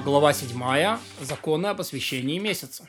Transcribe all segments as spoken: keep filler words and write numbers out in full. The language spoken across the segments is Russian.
глава седьмая. Законы о посвящении месяца.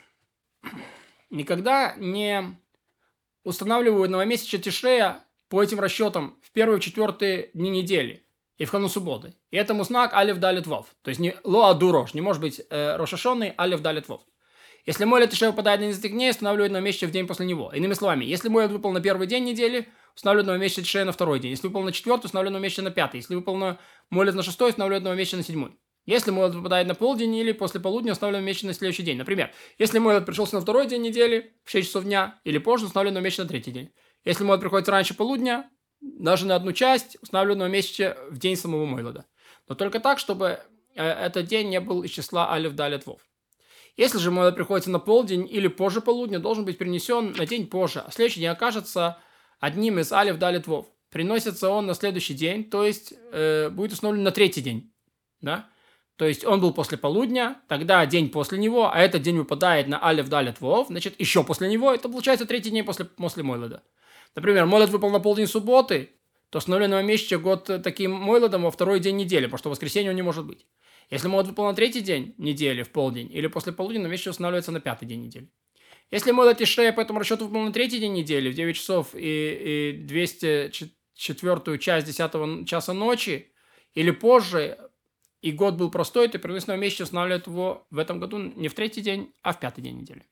Никогда не устанавливают новомесячие Тишрея по этим расчетам в первые и четвертые дни недели и в хану субботы. И этому знак Алеф Далет Вов. То есть не Лоаду Рош, не может быть э, Рош Хашоный Алеф Далет Вов. Если Моэль Тишрея выпадает на один из этих дней, устанавливают новомесячие в день после него. Иными словами, если Моэль выпал на первый день недели, устанавливают новомесячие Тишрея на второй день. Если выпал на четвертый, устанавливают новомесячие на пятый. Если выпал на Моэль на шестой, устанавливают новомесячие на седьмой. Если Моэль выпадает на полдень или после полудня, устанавливаем месяц на следующий день. Например, если Моэль пришелся на второй день недели, в шесть часов дня, или позже, устанавливаем месяц на третий день. Если Моэль приходит раньше полудня, даже на одну часть, устанавливаем месяц в день самого Моэлода. Но только так, чтобы э, этот день не был из числа Алеф Далет Вов. Если же Моэль приходится на полдень или позже полудня, должен быть перенесен на день позже, а следующий день окажется одним из Алеф Далет Вов. Приносится он на следующий день, то есть э, будет установлен на третий день. Да? То есть он был после полудня, тогда день после него, а этот день выпадает на Алеф Далет Вов, значит, еще после него, это получается третий день после, после Мойлода. Например, Мойлод выпал на полдень субботы, то установленного месяца год таким Мойлодом во второй день недели, потому что в воскресенье он не может быть. Если Мойлод выпал на третий день недели, в полдень, или после полудня, месяц устанавливается на пятый день недели. Если Мойлод Тишрея по этому расчету выпал на третий день недели, в девять часов и, и двести четвёртую часть десятого часа ночи, или позже, и год был простой, то переносной месяц устанавливает его в этом году не в третий день, а в пятый день недели.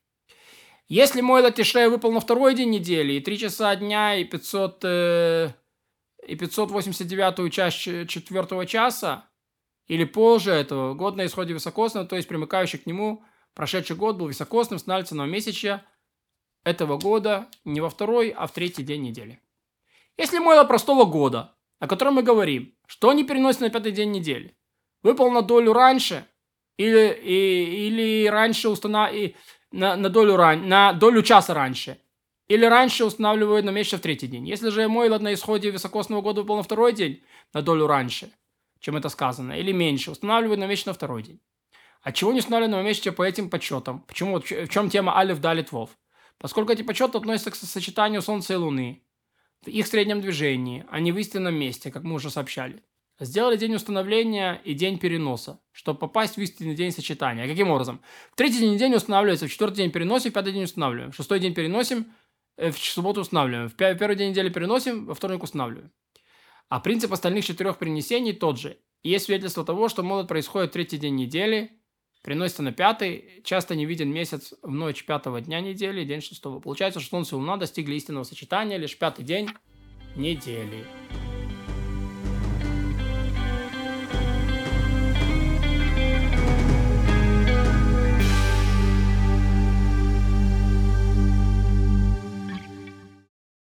Если Мойлод Тишрея выпал на второй день недели, и три часа дня, и, пятьсот, э, и пятьсот восемьдесят девятую часть четвертого часа, или позже этого, год на исходе високосного, то есть примыкающий к нему, прошедший год был високосным, устанавливается новомесячье этого года не во второй, а в третий день недели. Если Мойлод простого года, о котором мы говорим, что не переносит на пятый день недели, выпал на долю раньше, или, и, или раньше устанавливает, на, на, долю ран, на долю часа раньше, или раньше устанавливают на месяц в третий день. Если же Мойлод на исходе високосного года выпал на второй день, на долю раньше, чем это сказано, или меньше, устанавливают на месяц на второй день. Отчего не устанавливают на месяц по этим подсчетам? Почему? В чем тема Алеф Далет Вов? Поскольку эти подсчеты относятся к сочетанию Солнца и Луны, в их среднем движении, а не в истинном месте, как мы уже сообщали. Сделали день установления и день переноса, чтобы попасть в истинный день сочетания. Каким образом? В третий день день устанавливается, в четвертый день переносим, в пятый день устанавливаем, в шестой день переносим, в субботу устанавливаем, в первый день недели переносим, во вторник устанавливаем. А принцип остальных четырех перенесений тот же. И есть свидетельство того, что Мойлод происходит в третий день недели, переносится на пятый, часто не виден месяц в ночь пятого дня недели, день шестого. Получается, что Солнце и Луна достигли истинного сочетания лишь пятый день недели.